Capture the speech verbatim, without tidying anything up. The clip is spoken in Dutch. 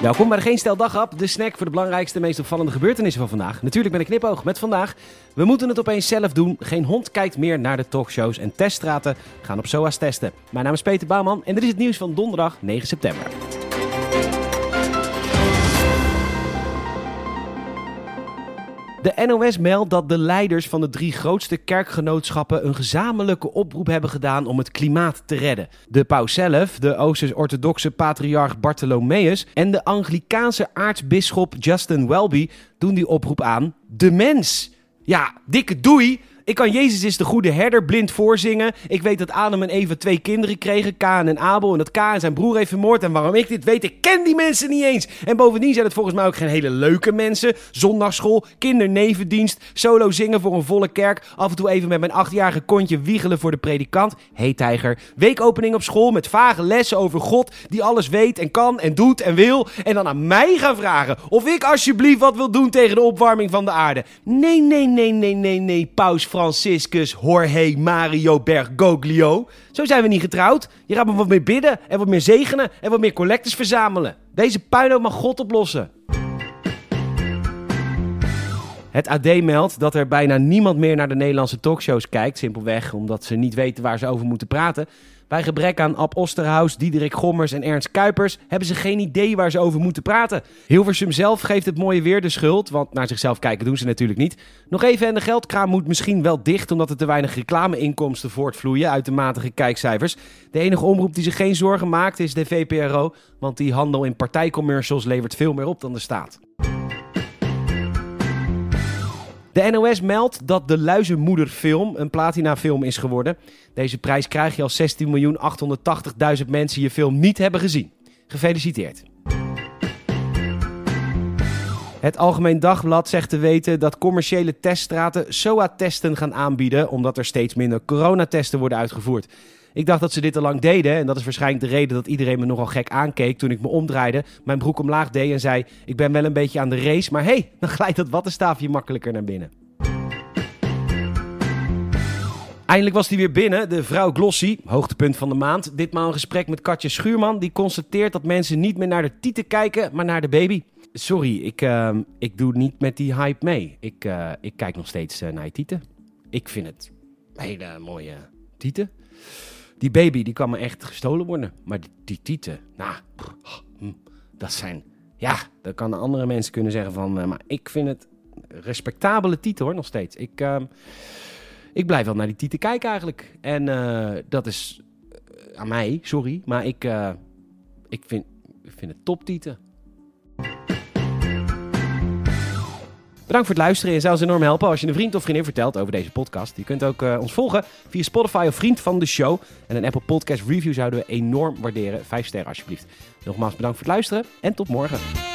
Welkom bij de Geen Stel Daghap, de snack voor de belangrijkste en meest opvallende gebeurtenissen van vandaag. Natuurlijk met een knipoog met vandaag. We moeten het opeens zelf doen. Geen hond kijkt meer naar de talkshows en teststraten gaan op S O A's testen. Mijn naam is Peter Bouwman en dit is het nieuws van donderdag negen september. De N O S meldt dat de leiders van de drie grootste kerkgenootschappen een gezamenlijke oproep hebben gedaan om het klimaat te redden. De paus zelf, de Oosters-orthodoxe patriarch Bartholomeus en de Anglikaanse aartsbisschop Justin Welby doen die oproep aan de mens. Ja, dikke doei! Ik kan Jezus is de goede herder blind voorzingen. Ik weet dat Adam en Eva twee kinderen kregen, Kaan en Abel. En dat Kaan zijn broer heeft vermoord. En waarom ik dit weet, ik ken die mensen niet eens. En bovendien zijn het volgens mij ook geen hele leuke mensen. Zondagsschool, kindernevendienst, solo zingen voor een volle kerk. Af en toe even met mijn achtjarige kontje wiegelen voor de predikant. Hey tijger. Weekopening op school met vage lessen over God die alles weet en kan en doet en wil. En dan aan mij gaan vragen of ik alsjeblieft wat wil doen tegen de opwarming van de aarde. Nee, nee, nee, nee, nee, nee, paus Franciscus Jorge Mario Bergoglio. Zo zijn we niet getrouwd. Je gaat me wat meer bidden en wat meer zegenen en wat meer collectes verzamelen. Deze puinhoop mag God oplossen. Het A D meldt dat er bijna niemand meer naar de Nederlandse talkshows kijkt. Simpelweg omdat ze niet weten waar ze over moeten praten. Bij gebrek aan Ab Osterhaus, Diederik Gommers en Ernst Kuipers hebben ze geen idee waar ze over moeten praten. Hilversum zelf geeft het mooie weer de schuld, want naar zichzelf kijken doen ze natuurlijk niet. Nog even en de geldkraan moet misschien wel dicht, omdat er te weinig reclameinkomsten voortvloeien uit de matige kijkcijfers. De enige omroep die zich geen zorgen maakt is de V P R O, want die handel in partijcommercials levert veel meer op dan de staat. De N O S meldt dat de Luizenmoederfilm een platinafilm is geworden. Deze prijs krijg je als zestien miljoen achthonderdtachtigduizend mensen je film niet hebben gezien. Gefeliciteerd. Het Algemeen Dagblad zegt te weten dat commerciële teststraten S O A-testen gaan aanbieden, omdat er steeds minder coronatesten worden uitgevoerd. Ik dacht dat ze dit al lang deden en dat is waarschijnlijk de reden dat iedereen me nogal gek aankeek toen ik me omdraaide, mijn broek omlaag deed en zei ik ben wel een beetje aan de race, maar hé, hey, dan glijdt dat wattenstaafje makkelijker naar binnen. Eindelijk was hij weer binnen, de vrouw Glossy, hoogtepunt van de maand. Ditmaal een gesprek met Katje Schuurman, die constateert dat mensen niet meer naar de tieten kijken, maar naar de baby. Sorry, ik, uh, ik doe niet met die hype mee. Ik, uh, ik kijk nog steeds uh, naar je tieten. Ik vind het hele mooie tieten. Die baby, die kan me echt gestolen worden. Maar die, die tieten, nou, dat zijn... Ja, dan kan andere mensen kunnen zeggen van... Uh, maar ik vind het respectabele tieten hoor, nog steeds. Ik, uh, ik blijf wel naar die tieten kijken eigenlijk. En uh, dat is uh, aan mij, sorry. Maar ik, uh, ik, vind, ik vind het top tieten. Bedankt voor het luisteren en zou ons enorm helpen als je een vriend of vriendin vertelt over deze podcast. Je kunt ook uh, ons volgen via Spotify of vriend van de show. En een Apple Podcast review zouden we enorm waarderen. Vijf sterren alsjeblieft. Nogmaals bedankt voor het luisteren en tot morgen.